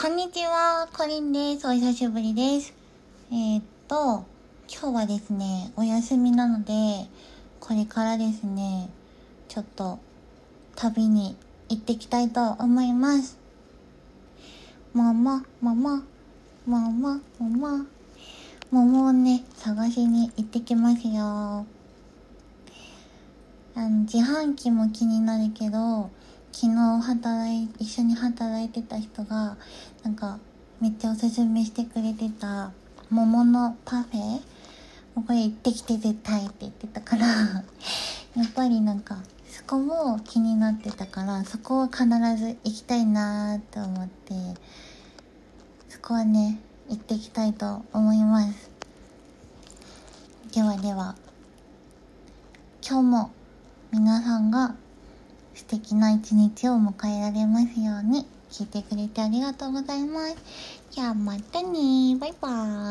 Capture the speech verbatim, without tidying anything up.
こんにちは、コリンです。お久しぶりです。えー、っと、今日はですね、お休みなので、これからですね、ちょっと旅に行ってきたいと思います。もも、もも、もも、もも、桃をね、探しに行ってきますよ。あの、自販機も気になるけど、昨日働い一緒に働いてた人がなんかめっちゃおすすめしてくれてた桃のパフェ、もうこれ行ってきて絶対って言ってたからやっぱりなんかそこも気になってたから、そこは必ず行きたいなと思って、そこはね行ってきたいと思います。ではでは、今日も皆さんが素敵な一日を迎えられますように。聞いてくれてありがとうございます。じゃあまたね、バイバーイ。